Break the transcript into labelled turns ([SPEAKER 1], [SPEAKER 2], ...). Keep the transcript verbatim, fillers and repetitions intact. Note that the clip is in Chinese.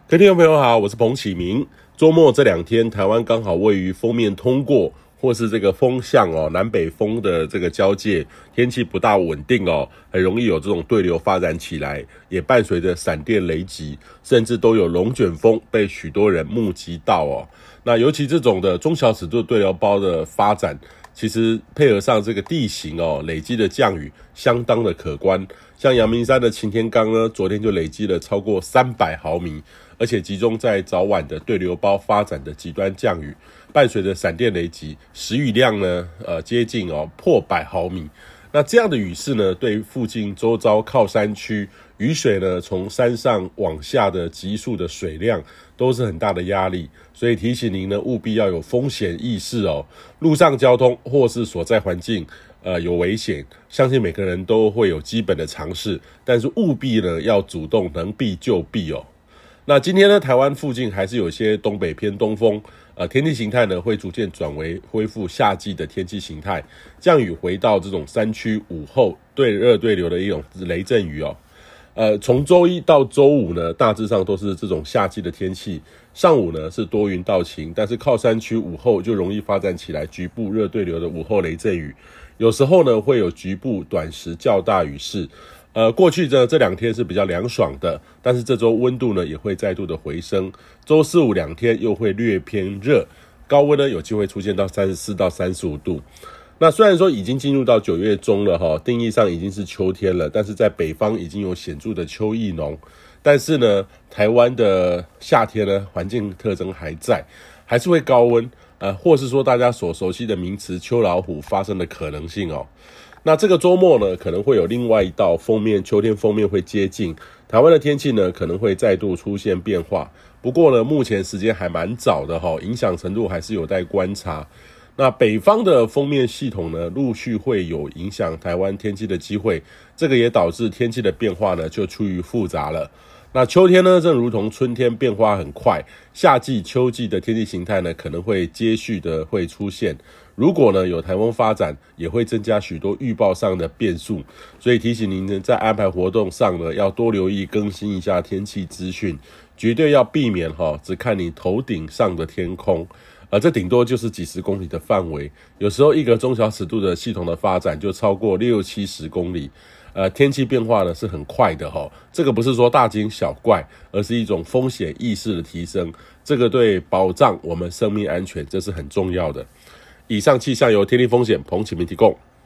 [SPEAKER 1] 各位听众朋友好，我是彭启明。周末这两天，台湾刚好位于锋面通过或是这个风向哦，南北风的这个交界，天气不大稳定哦，很容易有这种对流发展起来，也伴随着闪电雷击，甚至都有龙卷风被许多人目击到哦。那尤其这种的中小尺度对流包的发展，其实配合上这个地形哦，累积的降雨相当的可观。像阳明山的擎天岗呢，昨天就累积了超过三百毫米，而且集中在早晚的对流包发展的极端降雨，伴随着闪电雷击，时雨量呢，呃，接近哦破百毫米。那这样的雨势呢，对附近周遭靠山区雨水呢，从山上往下的急速的水量都是很大的压力，所以提醒您呢，务必要有风险意识哦。路上交通或是所在环境，呃，有危险，相信每个人都会有基本的常识，但是务必呢，要主动能避就避哦。那今天呢，台湾附近还是有些东北偏东风，呃，天气形态呢会逐渐转为恢复夏季的天气形态，降雨回到这种山区午后对热对流的一种雷阵雨哦。呃，从周一到周五呢，大致上都是这种夏季的天气，上午呢是多云到晴，但是靠山区午后就容易发展起来局部热对流的午后雷阵雨，有时候呢会有局部短时较大雨势。呃，过去这这两天是比较凉爽的，但是这周温度呢也会再度的回升，周四五两天又会略偏热，高温呢有机会出现到三十四到三十五度。那虽然说已经进入到九月中了哈，定义上已经是秋天了，但是在北方已经有显著的秋意浓，但是呢，台湾的夏天呢环境特征还在，还是会高温，呃，或是说大家所熟悉的名词秋老虎发生的可能性哦。那这个周末呢，可能会有另外一道锋面，秋天锋面会接近台湾的天气呢，可能会再度出现变化。不过呢，目前时间还蛮早的哈，影响程度还是有待观察。那北方的锋面系统呢，陆续会有影响台湾天气的机会，这个也导致天气的变化呢，就趋于复杂了。那秋天呢，正如同春天变化很快，夏季、秋季的天气形态呢，可能会接续的会出现。如果呢有台风发展，也会增加许多预报上的变数，所以提醒您呢，在安排活动上呢，要多留意更新一下天气资讯，绝对要避免哈，只看你头顶上的天空。呃，这顶多就是几十公里的范围，有时候一个中小尺度的系统的发展就超过六七十公里。呃，天气变化呢是很快的齁，这个不是说大惊小怪，而是一种风险意识的提升，这个对保障我们生命安全这是很重要的。以上气象由天气风险彭启明提供。